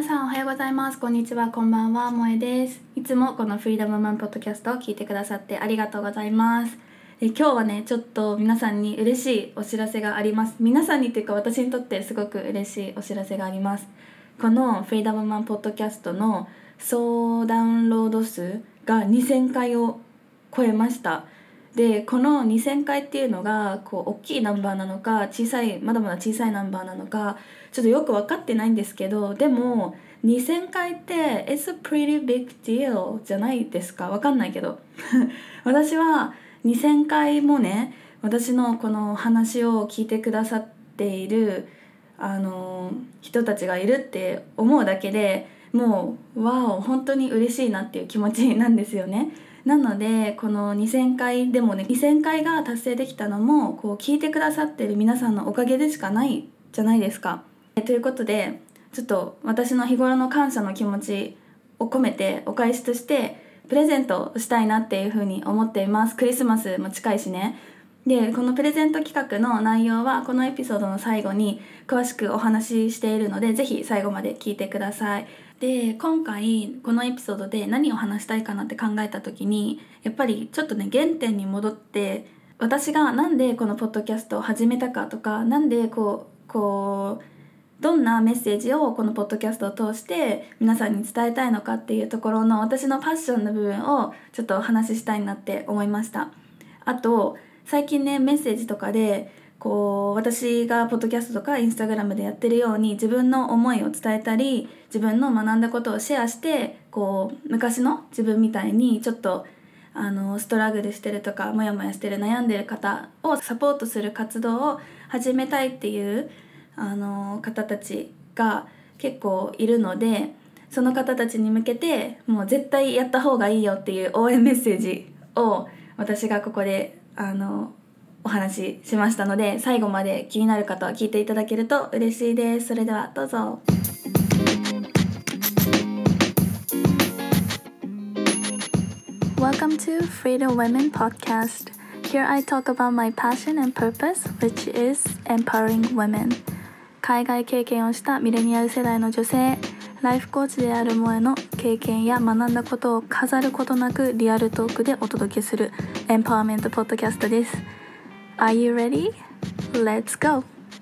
さんおはようございます。こんにちは、こんばんは、萌えです。いつもこのフリーダムマンポッドキャストを聞いてくださってありがとうございます。今日はね、ちょっと皆さんに嬉しいお知らせがあります。皆さんにっていうか私にとってすごく嬉しいお知らせがあります。このフリーダムマンポッドキャストの総ダウンロード数が2000回を超えました。でこの2000回っていうのが大きいナンバーなのかまだまだ小さいナンバーなのかちょっとよく分かってないんですけど、でも2000回って It's a pretty big deal じゃないですか。分かんないけど私は2000回もね、私のこの話を聞いてくださっている人たちがいるって思うだけでもう本当に嬉しいなっていう気持ちなんですよね。なのでこの2000回でもね、2000回が達成できたのも聞いてくださってる皆さんのおかげでしかないじゃないですか。ということでちょっと私の日頃の感謝の気持ちを込めてお返しとしてプレゼントをしたいなっていうふうに思っています。クリスマスも近いしね。でこのプレゼント企画の内容はこのエピソードの最後に詳しくお話ししているので、ぜひ最後まで聞いてください。で今回このエピソードで何を話したいかなって考えた時に、やっぱりちょっとね原点に戻って、私がなんでこのポッドキャストを始めたかとか、なんでどんなメッセージをこのポッドキャストを通して皆さんに伝えたいのかっていうところの私のパッションの部分をちょっとお話ししたいなって思いました。あと最近ねメッセージとかで私がポッドキャストとかインスタグラムでやってるように自分の思いを伝えたり自分の学んだことをシェアして昔の自分みたいにちょっとストラグルしてるとかモヤモヤしてる悩んでる方をサポートする活動を始めたいっていう方たちが結構いるので、その方たちに向けてもう絶対やった方がいいよっていう応援メッセージを私がここでお話ししましたので、最後まで気になる方は聞いていただけると嬉しいです。それではどうぞ。Welcome to Freedom Women Podcast. Here I talk about my passion and purpose, which is empowering women. 海外経験をしたミレニアル世代の女性、ライフコーチである萌えの経験や学んだことを飾ることなくリアルトークでお届けするエンパワーメントポッドキャストです。Are you ready? Let's go!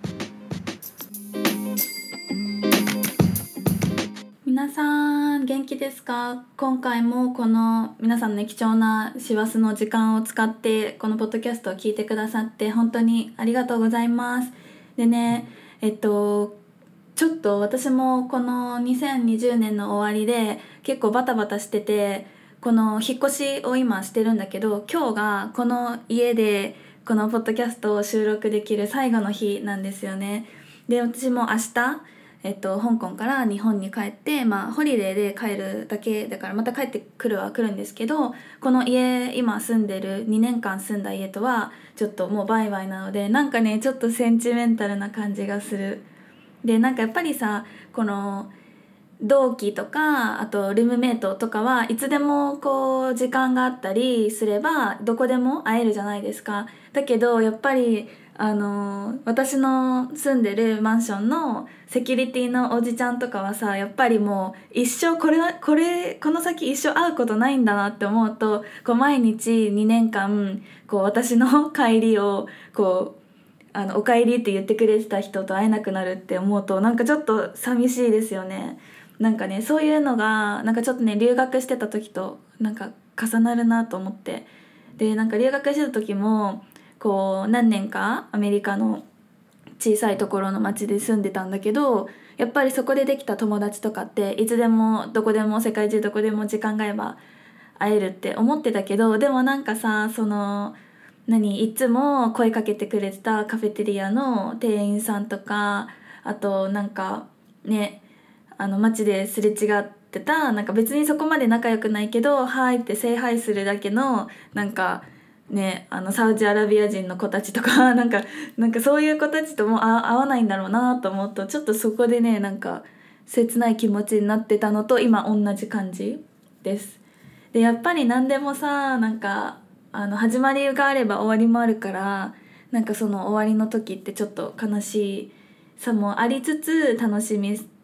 皆さん元気ですか？今回もこの皆さんの、貴重な師走の時間を使ってこのポッドキャストを聞いてくださって本当にありがとうございます。でね、ちょっと私もこの2020年の終わりで結構バタバタしてて、この引っ越しを今してるんだけど、今日がこの家でこのポッドキャストを収録できる最後の日なんですよね。で私も明日香港から日本に帰って、ホリデーで帰るだけだからまた帰ってくるは来るんですけど、この家今住んでる2年間住んだ家とはちょっともうバイバイなので、なんかねちょっとセンチメンタルな感じがする。でなんかやっぱりさ、この同期とかあとルームメイトとかはいつでも時間があったりすればどこでも会えるじゃないですか。だけどやっぱり私の住んでるマンションのセキュリティのおじちゃんとかはさ、やっぱりもう一生この先一生会うことないんだなって思うと、毎日2年間私の帰りをお帰りって言ってくれてた人と会えなくなるって思うと、なんかちょっと寂しいですよね。なんかねそういうのがなんかちょっとね留学してた時となんか重なるなと思って、でなんか留学してた時も何年かアメリカの小さいところの町で住んでたんだけど、やっぱりそこでできた友達とかっていつでもどこでも世界中どこでも時間が合えば会えるって思ってたけど、でもなんかさいつも声かけてくれてたカフェテリアの店員さんとか、あとなんかね街ですれ違ってたなんか別にそこまで仲良くないけどはいってセイハイするだけのなんかねサウジアラビア人の子たちとかなんかそういう子たちとも会わないんだろうなと思うと、ちょっとそこでねなんか切ない気持ちになってたのと今同じ感じです。でやっぱり何でもさなんか始まりがあれば終わりもあるから、なんかその終わりの時ってちょっと悲しさもありつつ楽しみ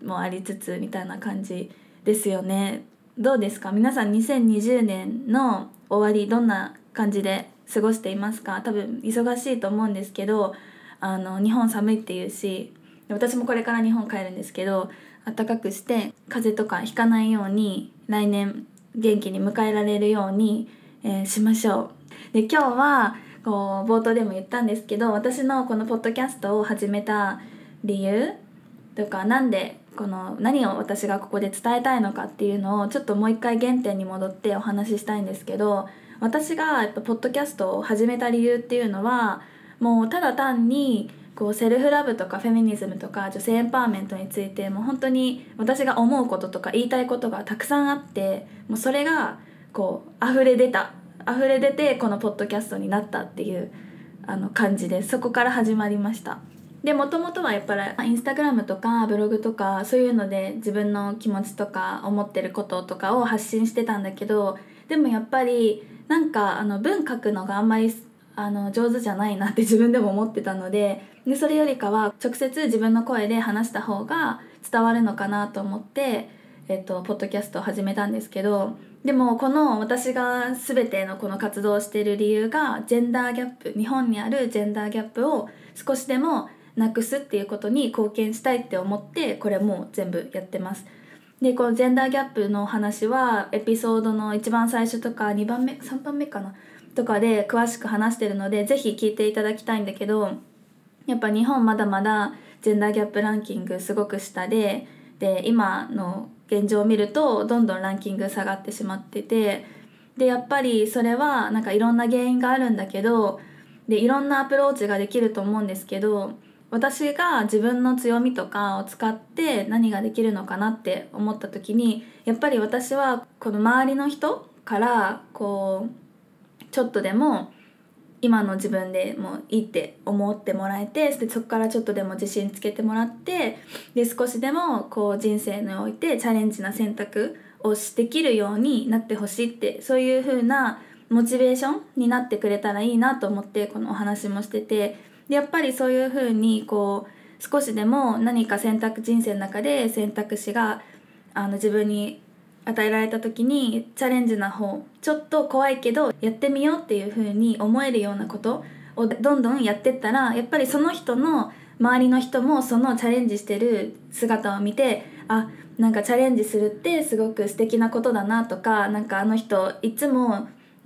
もありつつみたいな感じですよね。どうですか皆さん、2020年の終わりどんな感じで過ごしていますか？多分忙しいと思うんですけど、日本寒いっていうし、私もこれから日本帰るんですけど、暖かくして風邪とかひかないように来年元気に迎えられるように、しましょう。で、今日はこう冒頭でも言ったんですけど、私のこのポッドキャストを始めた理由とか、何を私がここで伝えたいのかっていうのをちょっともう一回原点に戻ってお話ししたいんですけど、私がやっぱポッドキャストを始めた理由っていうのは、もうただ単にこうセルフラブとかフェミニズムとか女性エンパワーメントについて、もう本当に私が思うこととか言いたいことがたくさんあって、もうそれがこう溢れ出てこのポッドキャストになったっていう感じで、そこから始まりました。で、もともとはやっぱりインスタグラムとかブログとかそういうので自分の気持ちとか思ってることとかを発信してたんだけど、でもやっぱり文書くのがあんまり上手じゃないなって自分でも思ってたので、それよりかは直接自分の声で話した方が伝わるのかなと思って、ポッドキャストを始めたんですけど、でもこの私が全てのこの活動をしている理由がジェンダーギャップ、日本にあるジェンダーギャップを少しでもなくすっていうことに貢献したいって思って、これもう全部やってます。で、このジェンダーギャップの話はエピソードの一番最初とか2番目3番目かなとかで詳しく話してるので、ぜひ聞いていただきたいんだけど、やっぱ日本まだまだジェンダーギャップランキングすごく下で、今の現状を見るとどんどんランキング下がってしまってて、でやっぱりそれはいろんな原因があるんだけど、でいろんなアプローチができると思うんですけど、私が自分の強みとかを使って何ができるのかなって思った時に、やっぱり私はこの周りの人からちょっとでも今の自分でもいいって思ってもらえて、でそこからちょっとでも自信つけてもらって、で少しでも人生においてチャレンジな選択をできるようになってほしいって、そういう風なモチベーションになってくれたらいいなと思ってこのお話もしてて、でやっぱりそういう風に少しでも何か人生の中で選択肢が自分に与えられた時にチャレンジな方、ちょっと怖いけどやってみようっていう風に思えるようなことをどんどんやってったら、やっぱりその人の周りの人もそのチャレンジしてる姿を見て、なんかチャレンジするってすごく素敵なことだなとか、なんかあの人いつも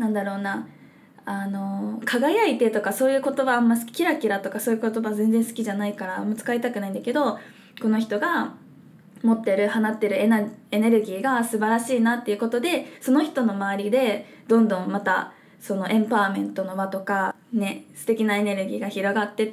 輝いてとかそういう言葉あんまキラキラとかそういう言葉全然好きじゃないからあんま使いたくないんだけど、この人が持ってる放ってるエネルギーが素晴らしいなっていうことで、その人の周りでどんどんまたそのエンパワーメントの輪とかね、素敵なエネルギーが広がってって、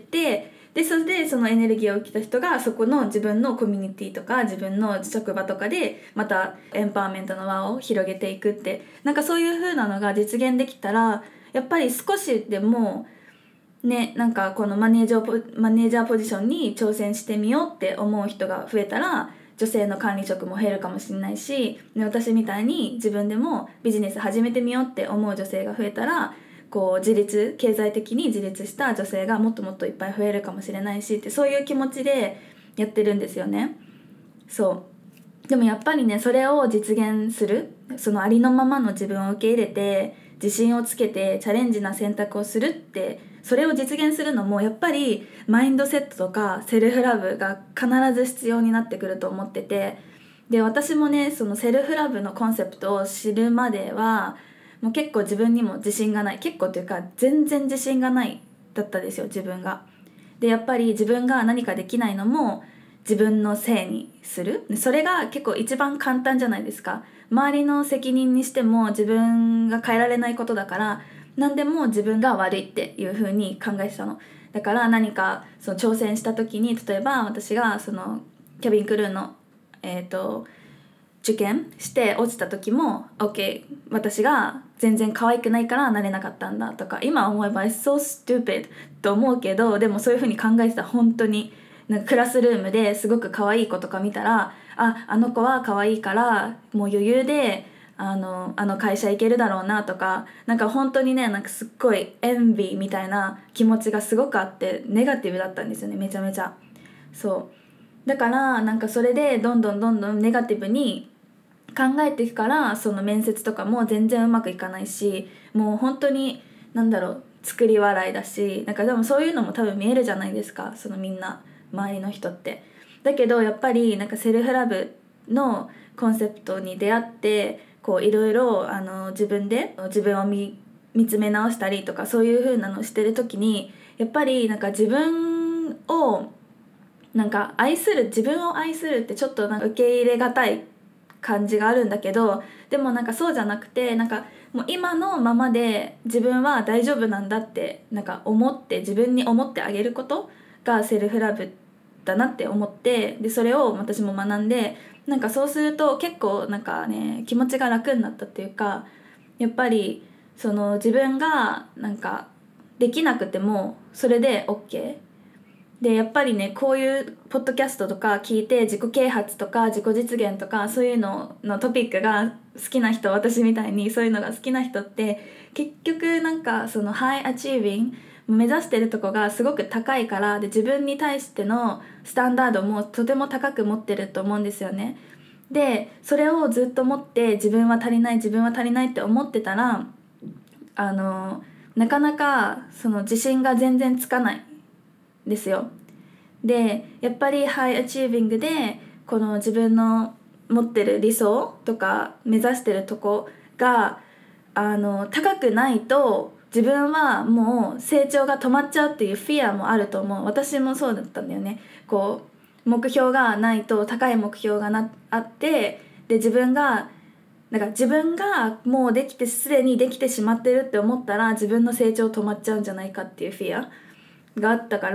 でそれでそのエネルギーを受けた人がそこの自分のコミュニティとか自分の職場とかでまたエンパワーメントの輪を広げていくって、なんかそういう風なのが実現できたら、やっぱり少しでもね、なんかこのマネージャーポジションに挑戦してみようって思う人が増えたら、女性の管理職も減るかもしれないし、私みたいに自分でもビジネス始めてみようって思う女性が増えたら、経済的に自立した女性がもっともっといっぱい増えるかもしれないしって、そういう気持ちでやってるんですよね。そうでもやっぱりね、それを実現する、そのありのままの自分を受け入れて自信をつけてチャレンジな選択をするって、それを実現するのもやっぱりマインドセットとかセルフラブが必ず必要になってくると思ってて、で私もね、そのセルフラブのコンセプトを知るまではもう結構自分にも自信がない、結構というか全然自信がないだったですよ、自分が。でやっぱり自分が何かできないのも自分のせいにする、それが結構一番簡単じゃないですか。周りの責任にしても自分が変えられないことだから、何でも自分が悪いっていう風に考えてたの。だから何かその挑戦した時に、例えば私がそのキャビンクルーの受験して落ちた時も OK、 私が全然可愛くないからなれなかったんだとか、今思えば It's so stupid と思うけど、でもそういう風に考えてた。本当になんかクラスルームですごく可愛い子とか見たら、あの子は可愛いからもう余裕であの会社行けるだろうなとか、なんか本当にね、なんかすっごいエンビーみたいな気持ちがすごくあって、ネガティブだったんですよね、めちゃめちゃ。そうだからなんかそれでどんどんネガティブに考えていくから、その面接とかも全然うまくいかないし、もう本当に作り笑いだし、なんかでもそういうのも多分見えるじゃないですか、そのみんな周りの人って。だけどやっぱりなんかセルフラブのコンセプトに出会って、こういろいろ自分で自分を見つめ直したりとか、そういう風なのをしてる時に、やっぱりなんか自分を自分を愛するってちょっとなんか受け入れがたい感じがあるんだけど、でもなんかそうじゃなくて、なんかもう今のままで自分は大丈夫なんだってなんか自分に思ってあげることがセルフラブだなって思って、でそれを私も学んで、なんかそうすると結構なんかね、気持ちが楽になったっていうか、やっぱりその自分がなんかできなくてもそれで OKで、やっぱりね、こういうポッドキャストとか聞いて自己啓発とか自己実現とかそういうののトピックが好きな人、私みたいにそういうのが好きな人って結局なんかそのハイアチービング目指してるとこがすごく高いから、で自分に対してのスタンダードもとても高く持ってると思うんですよね。でそれをずっと持って自分は足りないって思ってたら、なかなかその自信が全然つかないですよ。でやっぱりハイアチービングでこの自分の持ってる理想とか目指してるとこが高くないと、自分はもう成長が止まっちゃうっていうフィアもあると思う。私もそうだったんだよね。こう目標がないと、高い目標があって、で自分がもうすでにできてしまってるって思ったら自分の成長止まっちゃうんじゃないかっていうフィアがあったから、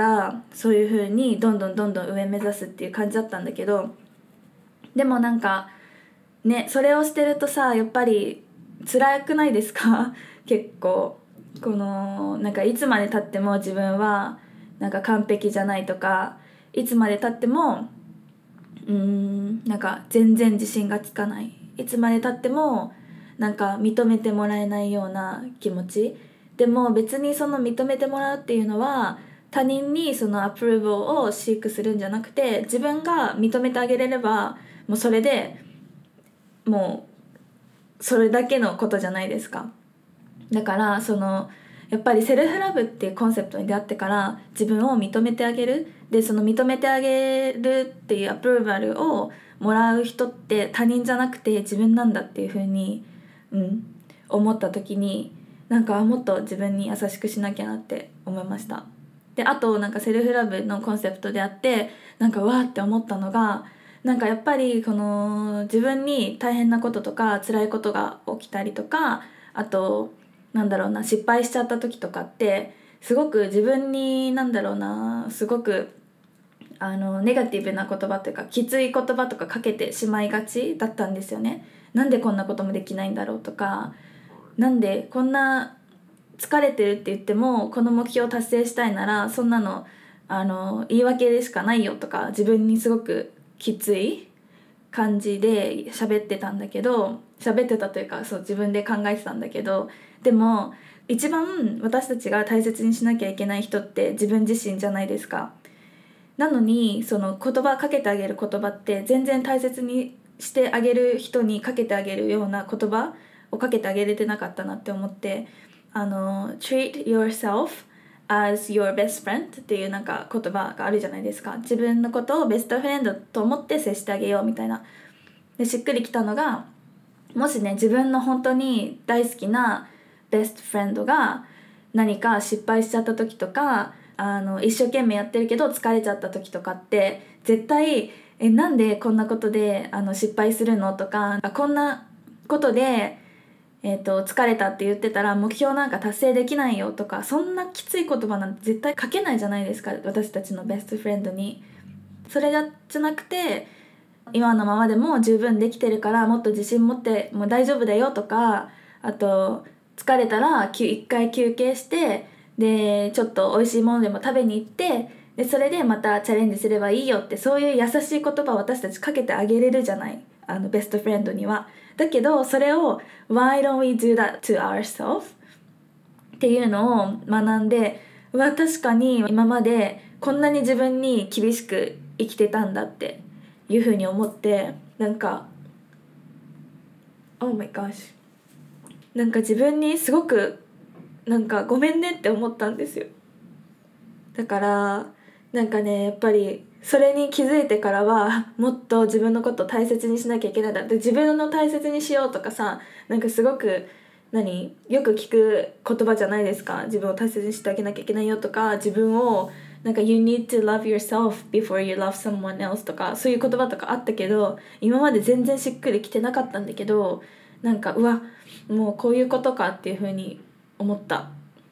そういう風にどんどん上目指すっていう感じだったんだけど、でもなんかね、それをしてるとさ、やっぱり辛くないですか？結構このなんかいつまで経っても自分はなんか完璧じゃないとか、いつまで経ってもなんか全然自信がつかない、いつまで経ってもなんか認めてもらえないような気持ち。でも別にその認めてもらうっていうのは他人にそのアプローブルをシークするんじゃなくて、自分が認めてあげれればもうそれでもうそれだけのことじゃないですか。だからやっぱりセルフラブっていうコンセプトに出会ってから自分を認めてあげる。でその認めてあげるっていうアプローバルをもらう人って他人じゃなくて自分なんだっていう風に、思った時に、なんかもっと自分に優しくしなきゃなって思いました。であとなんかセルフラブのコンセプトであってなんかわーって思ったのが、なんかやっぱりこの自分に大変なこととか辛いことが起きたりとか、あと失敗しちゃった時とかってすごく自分にすごくネガティブな言葉というかきつい言葉とかかけてしまいがちだったんですよね。なんでこんなこともできないんだろうとか、なんでこんな疲れてるって言ってもこの目標を達成したいならそんなの言い訳でしかないよとか、自分にすごくきつい感じで喋ってたというか、そう自分で考えてたんだけど、でも一番私たちが大切にしなきゃいけない人って自分自身じゃないですか。なのにそのかけてあげる言葉って全然大切にしてあげる人にかけてあげるような言葉をかけてあげれてなかったなって思って、treat yourself as your best friend っていうなんか言葉があるじゃないですか。自分のことをベストフレンドと思って接してあげようみたいな。でしっくりきたのが、もしね自分の本当に大好きなベストフレンドが何か失敗しちゃった時とか、一生懸命やってるけど疲れちゃった時とかって絶対なんでこんなことで失敗するのとか、こんなことで疲れたって言ってたら目標なんか達成できないよとか、そんなきつい言葉なんて絶対かけないじゃないですか、私たちのベストフレンドに。それじゃなくて、今のままでも十分できてるからもっと自信持ってもう大丈夫だよとか、あと疲れたら一回休憩して、でちょっと美味しいものでも食べに行って、でそれでまたチャレンジすればいいよって、そういう優しい言葉を私たちかけてあげれるじゃない、ベストフレンドには。だけどそれを Why don't we do that to ourselves? っていうのを学んで、確かに今までこんなに自分に厳しく生きてたんだっていうふうに思って、なんか Oh my gosh、 なんか自分にすごくなんかごめんねって思ったんですよ。だからなんかね、やっぱりそれに気づいてからはもっと自分のことを大切にしなきゃいけないんだって、自分の大切にしようとかさ、なんかすごくよく聞く言葉じゃないですか。自分を大切にしてあげなきゃいけないよとか、自分をなんか You need to love yourself before you love someone else とか、そういう言葉とかあったけど、今まで全然しっくりきてなかったんだけど、なんかうわ、もうこういうことかっていう風に思った。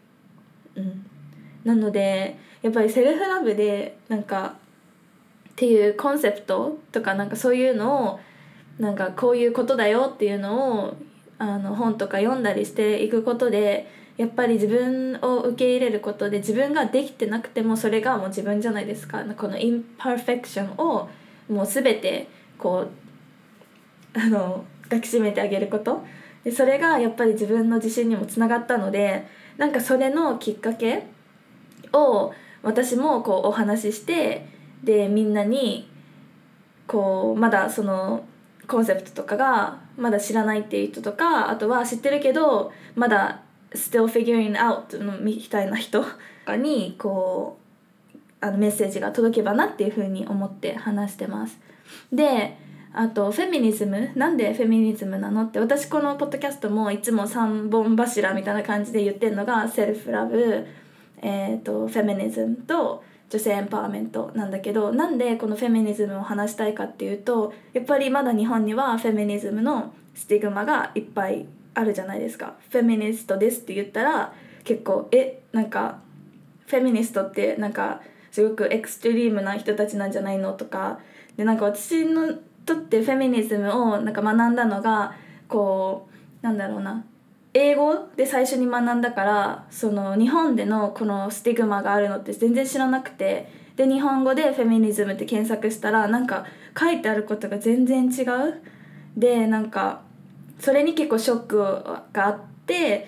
なのでやっぱりセルフラブでなんかっていうコンセプトとか、なんかそういうのをなんかこういうことだよっていうのを本とか読んだりしていくことで、やっぱり自分を受け入れることで、自分ができてなくてもそれがもう自分じゃないですか。このインパーフェクションをもう全てこう抱きしめてあげることで、それがやっぱり自分の自信にもつながったので、なんかそれのきっかけを私もこうお話しして、でみんなにこうまだそのコンセプトとかがまだ知らないっていう人とか、あとは知ってるけどまだ still figuring out のみたいな人にこうメッセージが届けばなっていう風に思って話してます。であとフェミニズム、なんでフェミニズムなのって、私このポッドキャストもいつも3本柱みたいな感じで言ってるのがセルフラブ、フェミニズムと女性エンパワーメントなんだけど、なんでこのフェミニズムを話したいかっていうと、やっぱりまだ日本にはフェミニズムのスティグマがいっぱいあるじゃないですか。フェミニストですって言ったら結構なんかフェミニストってなんかすごくエクストリームな人たちなんじゃないのとかで、なんか私のとってフェミニズムをなんか学んだのがこうなんだろうな、英語で最初に学んだから、その日本でのこのスティグマがあるのって全然知らなくて、で日本語でフェミニズムって検索したらなんか書いてあることが全然違う。でなんかそれに結構ショックがあって、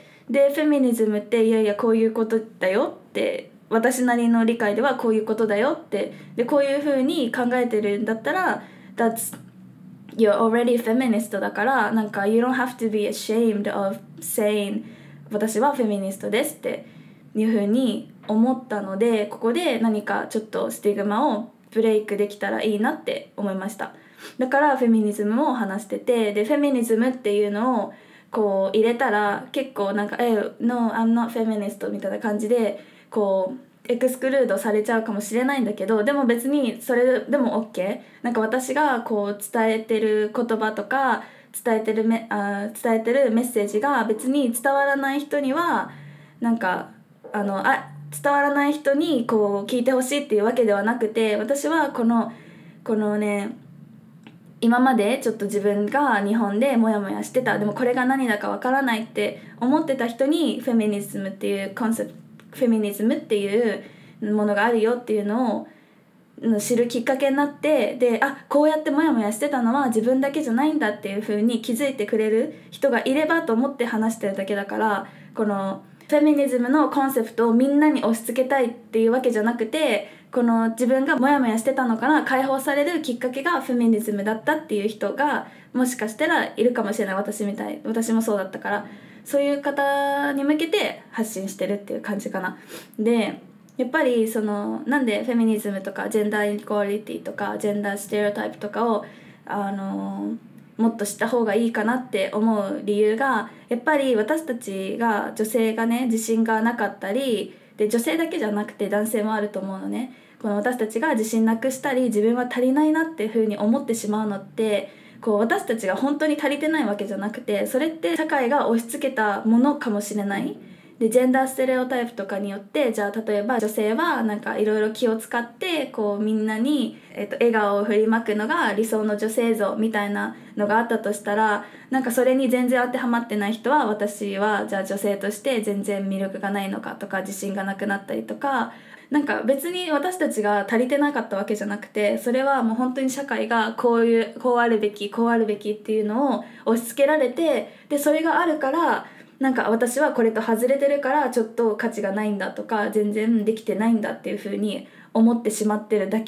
でフェミニズムっていやいやこういうことだよって、私なりの理解ではこういうことだよって、でこういう風に考えてるんだったら That's You're already feminist だから、なんか You don't have to be ashamed of saying 私はフェミニストですっていう風に思ったので、ここで何かちょっとスティグマをブレイクできたらいいなって思いました。だからフェミニズムを話してて、でフェミニズムっていうのをこう入れたら結構なんかNo, I'm not feminist みたいな感じでこうエクスクルードされちゃうかもしれないんだけど、でも別にそれでも OK。 なんか私がこう伝えてる言葉とか伝えてるメッセージが別に伝わらない人にはなんか伝わらない人にこう聞いてほしいっていうわけではなくて、私はこのね、今までちょっと自分が日本でモヤモヤしてた、でもこれが何だかわからないって思ってた人にフェミニズムっていうコンセプト、フェミニズムっていうものがあるよっていうのを知るきっかけになって、でこうやってモヤモヤしてたのは自分だけじゃないんだっていう風に気づいてくれる人がいればと思って話してるだけだから、このフェミニズムのコンセプトをみんなに押し付けたいっていうわけじゃなくて、この自分がモヤモヤしてたのから解放されるきっかけがフェミニズムだったっていう人がもしかしたらいるかもしれない。私もそうだったから、そういう方に向けて発信してるっていう感じかな。でやっぱりそのなんでフェミニズムとかジェンダーイコーリティとかジェンダーステレオタイプとかをもっと知った方がいいかなって思う理由が、やっぱり私たちが女性がね自信がなかったりで、女性だけじゃなくて男性もあると思うのね。この私たちが自信なくしたり自分は足りないなっていう風に思ってしまうのってこう私たちが本当に足りてないわけじゃなくて、それって社会が押し付けたものかもしれない。でジェンダーステレオタイプとかによって、じゃあ例えば女性はなんかいろいろ気を使ってこうみんなに、笑顔を振りまくのが理想の女性像みたいなのがあったとしたら、なんかそれに全然当てはまってない人は、私はじゃあ女性として全然魅力がないのかとか自信がなくなったりとか、なんか別に私たちが足りてなかったわけじゃなくて、それはもう本当に社会がこうあるべきっていうのを押し付けられて、でそれがあるからなんか私はこれと外れてるからちょっと価値がないんだとか全然できてないんだっていう風に思ってしまってるだけ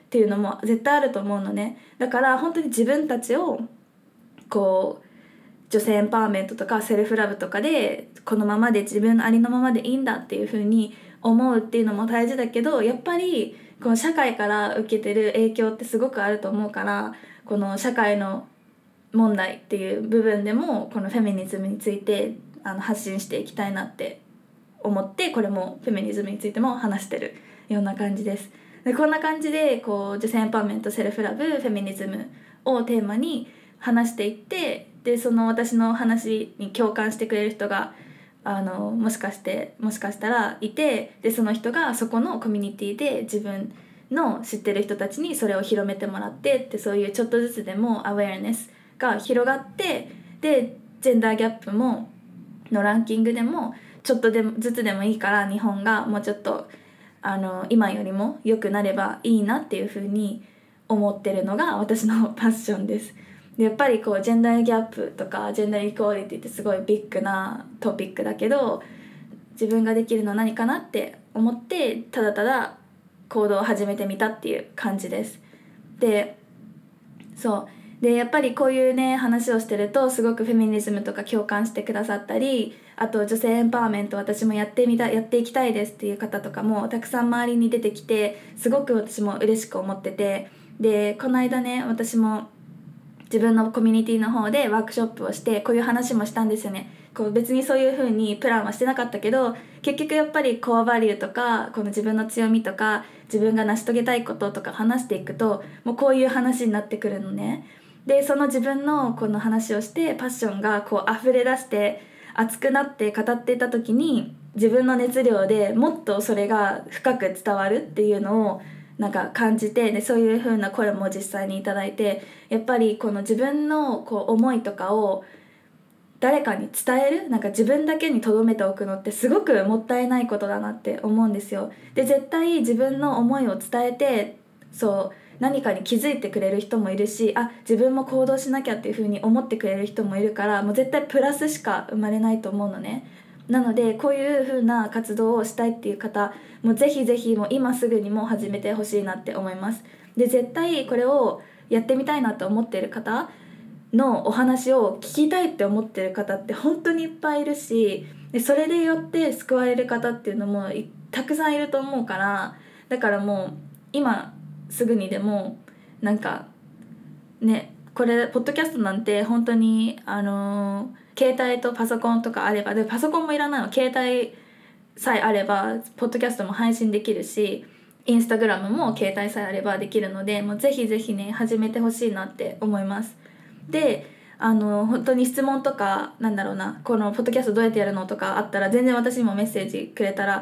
っていうのも絶対あると思うのね。だから本当に自分たちをこう女性エンパワーメントとかセルフラブとかでこのままで自分のありのままでいいんだっていう風に思うっていうのも大事だけど、やっぱりこの社会から受けてる影響ってすごくあると思うから、この社会の問題っていう部分でもこのフェミニズムについて発信していきたいなって思って、これもフェミニズムについても話してるような感じです。でこんな感じでこう女性エンパワーメント、セルフラブ、フェミニズムをテーマに話していって、でその私の話に共感してくれる人がもしかしたらいて、でその人がそこのコミュニティで自分の知ってる人たちにそれを広めてもらってって、そういうちょっとずつでもアウェアネスが広がって、でジェンダーギャップものランキングでもちょっとでもずつでもいいから日本がもうちょっと今よりも良くなればいいなっていう風に思ってるのが私のパッションです。でやっぱりこうジェンダーギャップとかジェンダーイコーリティってすごいビッグなトピックだけど、自分ができるのは何かなって思ってただただ行動を始めてみたっていう感じです。でやっぱりこういうね話をしてるとすごくフェミニズムとか共感してくださったり、あと女性エンパワーメント私もやっていきたいですっていう方とかもたくさん周りに出てきて、すごく私も嬉しく思ってて、でこの間ね私も自分のコミュニティの方でワークショップをしてこういう話もしたんですよね。こう別にそういう風にプランはしてなかったけど、結局やっぱりコアバリューとかこの自分の強みとか自分が成し遂げたいこととか話していくと、もうこういう話になってくるのね。でその自分のこの話をしてパッションがこう溢れ出して熱くなって語っていた時に、自分の熱量でもっとそれが深く伝わるっていうのをなんか感じて、でそういう風な声も実際にいただいて、やっぱりこの自分のこう思いとかを誰かに伝える、なんか自分だけに留めておくのってすごくもったいないことだなって思うんですよ。で絶対自分の思いを伝えて何かに気づいてくれる人もいるし、自分も行動しなきゃっていう風に思ってくれる人もいるから、もう絶対プラスしか生まれないと思うのね。なのでこういう風な活動をしたいっていう方もうぜひぜひもう今すぐにも始めてほしいなって思います。で絶対これをやってみたいなと思っている方のお話を聞きたいって思ってる方って本当にいっぱいいるし、でそれでよって救われる方っていうのもたくさんいると思うから、だからもう今すぐにでもなんかね、これポッドキャストなんて本当に携帯とパソコンとかあれば、でパソコンもいらないの、携帯さえあればポッドキャストも配信できるし、インスタグラムも携帯さえあればできるので、もうぜひぜひね始めてほしいなって思います。で本当に質問とかなんだろうな、このポッドキャストどうやってやるのとかあったら全然私にもメッセージくれたら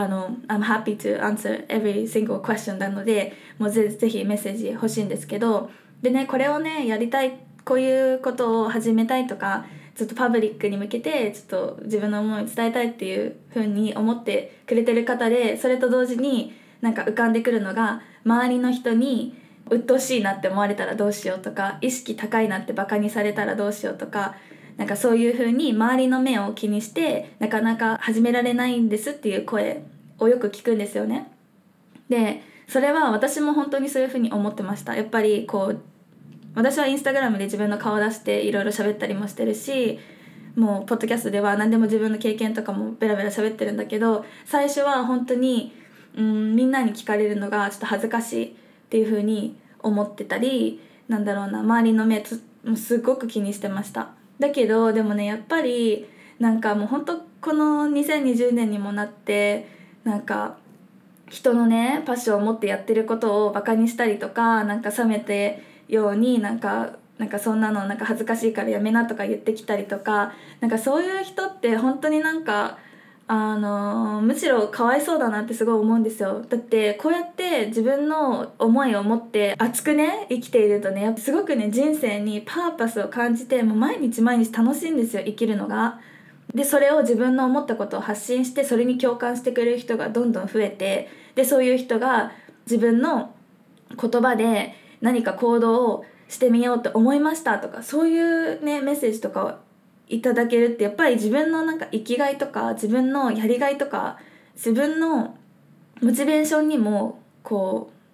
I'm happy to answer every single question なので、もうぜひメッセージ欲しいんですけど、でねこれをねやりたい、こういうことを始めたいとかちょっとパブリックに向けてちょっと自分の思いを伝えたいっていう風に思ってくれてる方で、それと同時になんか浮かんでくるのが、周りの人に鬱陶しいなって思われたらどうしようとか、意識高いなってバカにされたらどうしようとか、なんかそういう風に周りの目を気にしてなかなか始められないんですっていう声をよく聞くんですよね。でそれは私も本当にそういう風に思ってました。やっぱりこう私はインスタグラムで自分の顔出していろいろ喋ったりもしてるし、もうポッドキャストでは何でも自分の経験とかもベラベラ喋ってるんだけど、最初は本当にみんなに聞かれるのがちょっと恥ずかしいっていう風に思ってたり、なんだろうな、周りの目もすごく気にしてました。だけどでもねやっぱりなんかもう本当この2020年にもなってなんか人のねパッションを持ってやってることをバカにしたりとか、なんか冷めてようになんかそんなのなんか恥ずかしいからやめなとか言ってきたりとか、なんかそういう人って本当になんかむしろかわいそうだなってすごい思うんですよ。だってこうやって自分の思いを持って熱くね生きているとね、やっぱすごくね人生にパーパスを感じて、もう毎日毎日楽しいんですよ、生きるのが。でそれを自分の思ったことを発信して、それに共感してくれる人がどんどん増えて、でそういう人が自分の言葉で何か行動をしてみようと思いましたとか、そういうねメッセージとかをいただけるって、やっぱり自分のなんか生きがいとか自分のやりがいとか自分のモチベーションにもこう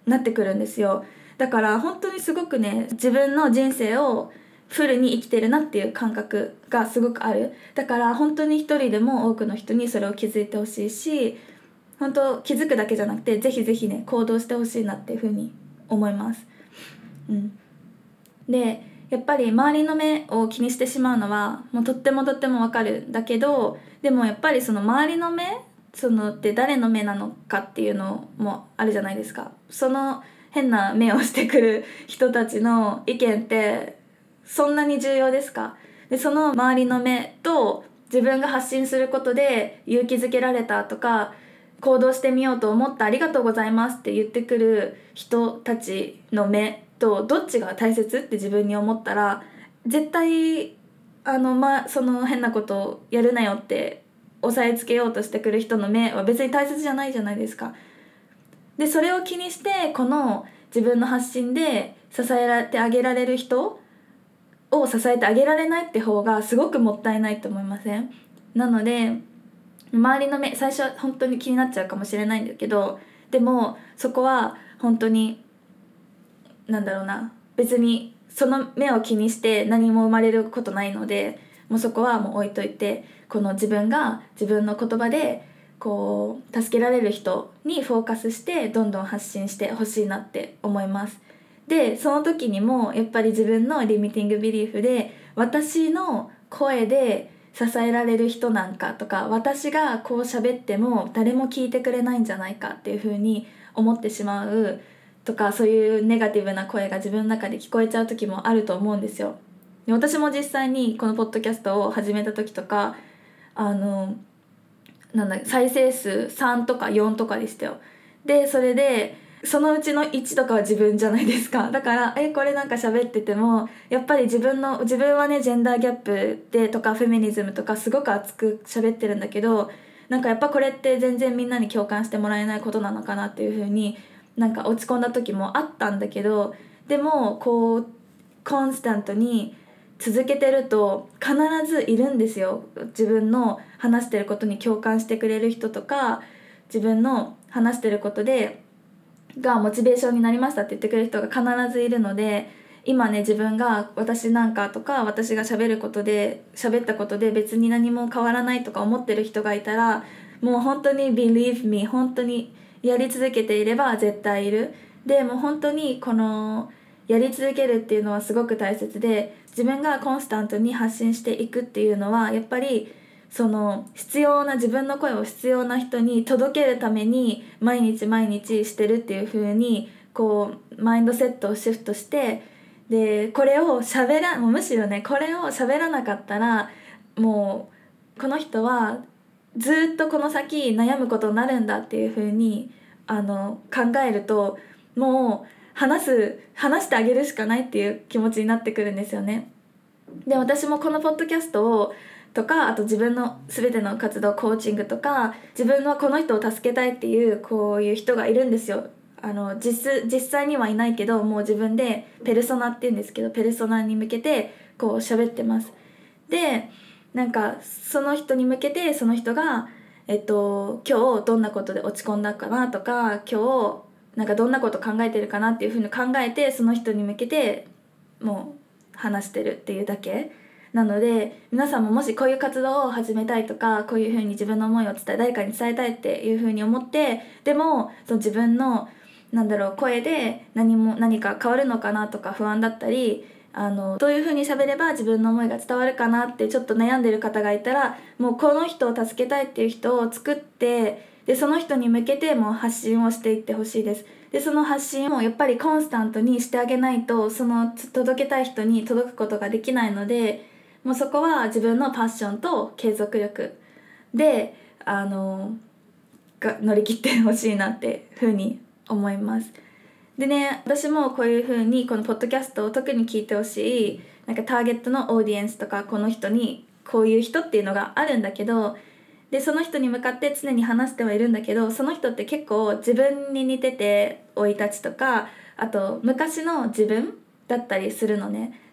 なってくるんですよ。だから本当にすごくね、自分の人生をフルに生きてるなっていう感覚がすごくある。だから本当に一人でも多くの人にそれを気づいてほしいし、本当気づくだけじゃなくてぜひぜひね行動してほしいなっていうふうに思います。でやっぱり周りの目を気にしてしまうのはもうとってもとってもわかるんだけど、でもやっぱりその周りの目って誰の目なのかっていうのもあるじゃないですか。その変な目をしてくる人たちの意見ってそんなに重要ですか？でその周りの目と自分が発信することで勇気づけられたとか行動してみようと思ったありがとうございますって言ってくる人たちの目とどっちが大切って自分に思ったら絶対その変なことをやるなよって押さえつけようとしてくる人の目は別に大切じゃないじゃないですか。でそれを気にしてこの自分の発信で支えてあげられる人を支えてあげられないって方がすごくもったいないと思いません？なので周りの目最初は本当に気になっちゃうかもしれないんだけど、でもそこは本当に別にその目を気にして何も生まれることないので、もうそこはもう置いといて、この自分が自分の言葉でこう助けられる人にフォーカスしてどんどん発信してほしいなって思います。でその時にもやっぱり自分のリミティングビリーフで私の声で支えられる人なんかとか、私がこう喋っても誰も聞いてくれないんじゃないかっていう風に思ってしまうとか、そういうネガティブな声が自分の中で聞こえちゃう時もあると思うんですよ。で私も実際にこのポッドキャストを始めた時とか再生数3とか4とかでしたよ。でそれでそのうちの1とかは自分じゃないですか。だからこれなんか喋っててもやっぱり自分はねジェンダーギャップでとかフェミニズムとかすごく熱く喋ってるんだけど、なんかやっぱこれって全然みんなに共感してもらえないことなのかなっていう風になんか落ち込んだ時もあったんだけど、でもこうコンスタントに続けてると必ずいるんですよ。自分の話してることに共感してくれる人とか、自分の話してることがモチベーションになりましたって言ってくれる人が必ずいるので、今ね自分が私なんかとか私が喋ったことで別に何も変わらないとか思ってる人がいたら、もう本当に believe me 本当にやり続けていれば絶対いる。でもう本当にこのやり続けるっていうのはすごく大切で、自分がコンスタントに発信していくっていうのはやっぱりその自分の声を必要な人に届けるために毎日毎日してるっていう風にこうマインドセットをシフトして、でこれをもうむしろねこれを喋らなかったらもうこの人はずっとこの先悩むことになるんだっていう風に考えると、もう話してあげるしかないっていう気持ちになってくるんですよね。で私もこのポッドキャストをとか、あと自分の全ての活動コーチングとか、自分はこの人を助けたいっていうこういう人がいるんですよ。実際にはいないけどもう自分でペルソナっていうんですけど、ペルソナに向けてこう喋ってます。でなんかその人に向けてその人が今日どんなことで落ち込んだかなとか、今日なんかどんなこと考えてるかなっていうふうに考えてその人に向けてもう話してるっていうだけなので、皆さんももしこういう活動を始めたいとか、こういうふうに自分の思いを誰かに伝えたいっていうふうに思って、でもその自分の声で何か変わるのかなとか不安だったり、どういうふうに喋れば自分の思いが伝わるかなってちょっと悩んでる方がいたら、もうこの人を助けたいっていう人を作って、でその人に向けてもう発信をしていってほしいです。でその発信をやっぱりコンスタントにしてあげないと、その届けたい人に届くことができないので、もうそこは自分のパッションと継続力で乗り切ってほしいなってふうに思います。でね、私もこういう風にこのポッドキャストを特に聞いてほしいなんかターゲットのオーディエンスとか、この人にこういう人っていうのがあるんだけど、でその人に向かって常に話してはいるんだけど、その人って結構自分に似てて生い立ちとか、あと昔の自分だったりするのね。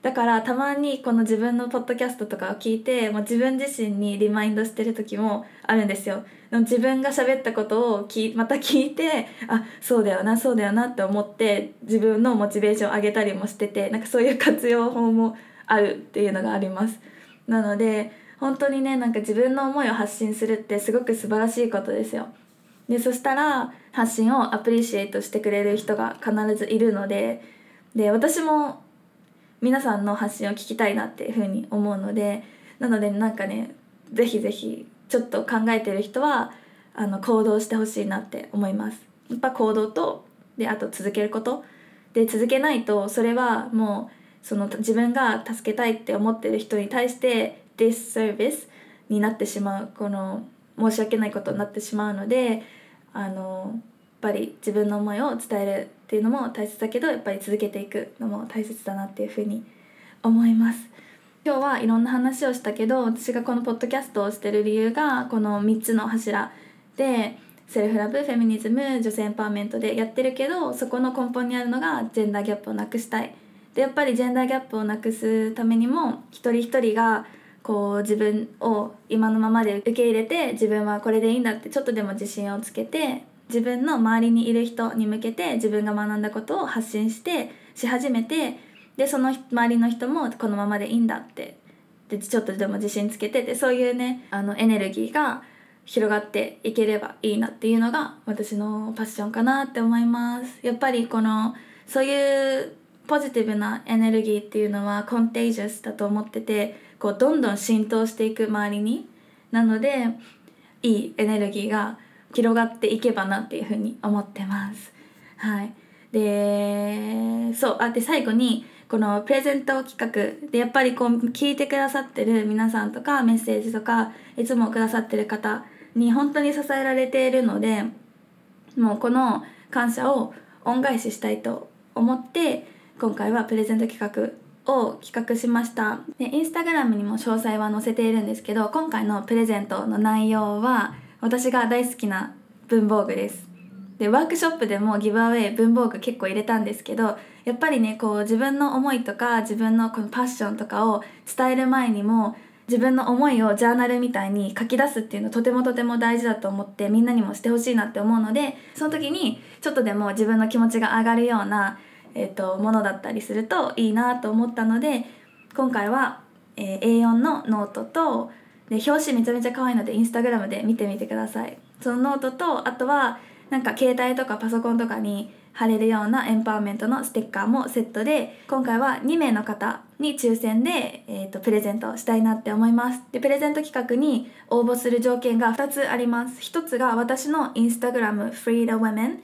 だからたまにこの自分のポッドキャストとかを聞いてもう自分自身にリマインドしてる時もあるんですよ。でも自分が喋ったことをまた聞いて、あ、そうだよなそうだよなって思って自分のモチベーションを上げたりもしてて、なんかそういう活用法もあるっていうのがあります。なので本当にね、なんか自分の思いを発信するってすごく素晴らしいことですよ。でそしたら発信をアプリシエイトしてくれる人が必ずいるので、私も皆さんの発信を聞きたいなっていうふうに思うので、なのでなんかね、ぜひぜひちょっと考えてる人は行動してほしいなって思います。やっぱ行動とあと続けることで、続けないとそれはもうその自分が助けたいって思ってる人に対してディスサービスになってしまう、この申し訳ないことになってしまうので、やっぱり自分の思いを伝えるっていうのも大切だけど、やっぱり続けていくのも大切だなっていうふうに思います。今日はいろんな話をしたけど、私がこのポッドキャストをしてる理由がこの3つの柱で、セルフラブ、フェミニズム、女性エンパワーメントでやってるけど、そこの根本にあるのがジェンダーギャップをなくしたい。でやっぱりジェンダーギャップをなくすためにも一人一人がこう自分を今のままで受け入れて、自分はこれでいいんだってちょっとでも自信をつけて、自分の周りにいる人に向けて自分が学んだことを発信し始めて、でその周りの人もこのままでいいんだってでちょっとでも自信つけて、でそういうねエネルギーが広がっていければいいなっていうのが私のパッションかなって思います。やっぱりそういうポジティブなエネルギーっていうのはコンテージャスだと思ってて、こうどんどん浸透していく周りに。なのでいいエネルギーが広がっていけばなっていうふうに思ってます。はい。で最後にこのプレゼント企画でやっぱりこう聞いてくださってる皆さんとかメッセージとかいつもくださってる方に本当に支えられているので、もうこの感謝を恩返ししたいと思って今回はプレゼント企画を企画しました。でインスタグラムにも詳細は載せているんですけど、今回のプレゼントの内容は私が大好きな文房具です。でワークショップでもギブアウェイ文房具結構入れたんですけど、やっぱりねこう自分の思いとか自分のこのパッションとかを伝える前にも自分の思いをジャーナルみたいに書き出すっていうのとてもとても大事だと思って、みんなにもしてほしいなって思うので、その時にちょっとでも自分の気持ちが上がるような、ものだったりするといいなと思ったので、今回は、A4 のノートとで表紙めちゃめちゃ可愛いのでインスタグラムで見てみてください。そのノートとあとはなんか携帯とかパソコンとかに貼れるようなエンパワーメントのステッカーもセットで、今回は2名の方に抽選で、プレゼントしたいなって思います。でプレゼント企画に応募する条件が2つあります。1つが私のインスタグラム freedawomen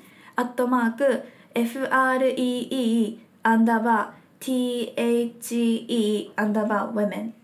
@free _the_women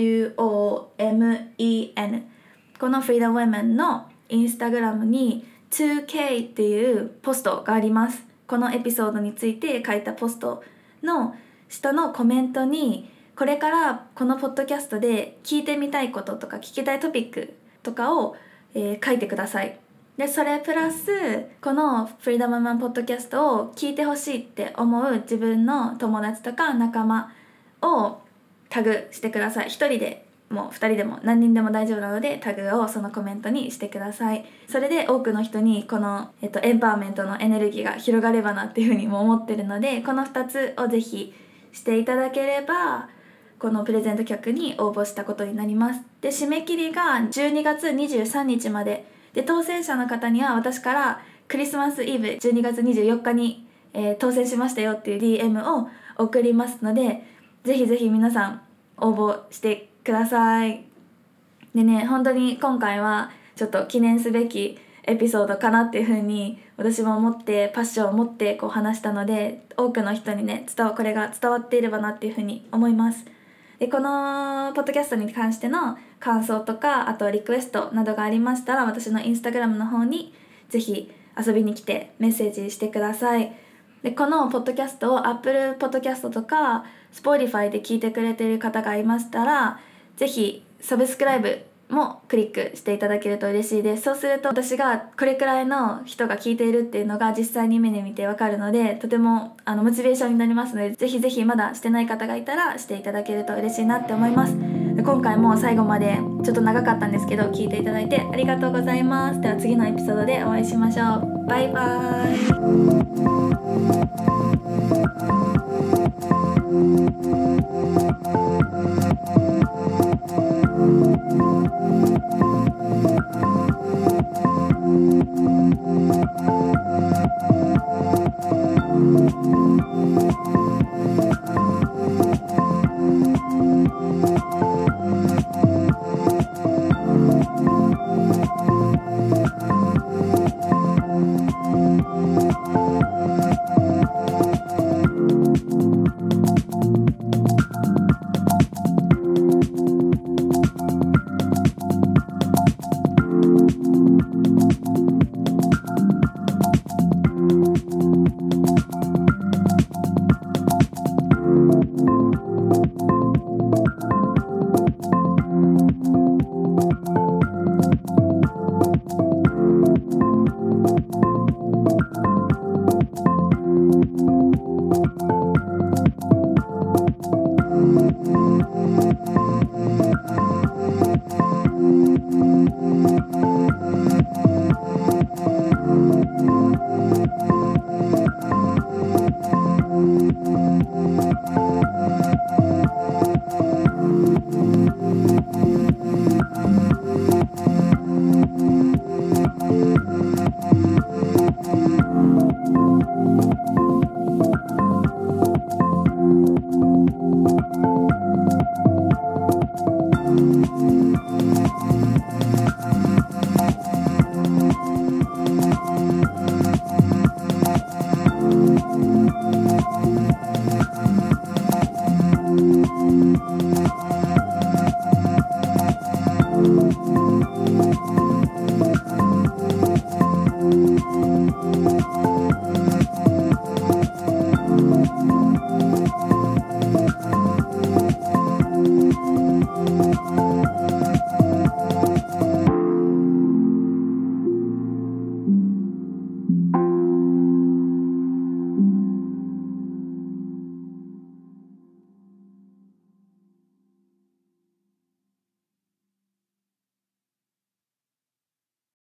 WOMEN この freedawomen のインスタグラムに 2K っていうポストがあります。このエピソードについて書いたポストの下のコメントに、これからこのポッドキャストで聞いてみたいこととか聞きたいトピックとかを、書いてください。でそれプラスこのフリーダムマンポッドキャストを聞いてほしいって思う自分の友達とか仲間をタグしてください。一人でも2人でも何人でも大丈夫なのでタグをそのコメントにしてください。それで多くの人にこの、エンパワーメントのエネルギーが広がればなっていうふうにも思ってるので、この2つをぜひしていただければこのプレゼント企画に応募したことになります。で締め切りが12月23日までで、当選者の方には私からクリスマスイブ12月24日に、当選しましたよっていう DM を送りますので、ぜひぜひ皆さん応募してください。でね、本当に今回はちょっと記念すべきエピソードかなっていう風に私も思ってパッションを持ってこう話したので、多くの人にねこれが伝わっていればなっていう風に思います。でこのポッドキャストに関しての感想とかあとリクエストなどがありましたら、私のインスタグラムの方にぜひ遊びに来てメッセージしてください。でこのポッドキャストを Apple ポッドキャストとか Spotify で聞いてくれている方がいましたら、ぜひサブスクライブもクリックしていただけると嬉しいです。そうすると私がこれくらいの人が聞いているっていうのが実際に目で見てわかるので、とてもモチベーションになりますので、ぜひぜひまだしてない方がいたらしていただけると嬉しいなって思います。で今回も最後までちょっと長かったんですけど聞いていただいてありがとうございます。では次のエピソードでお会いしましょう。バイバーイ。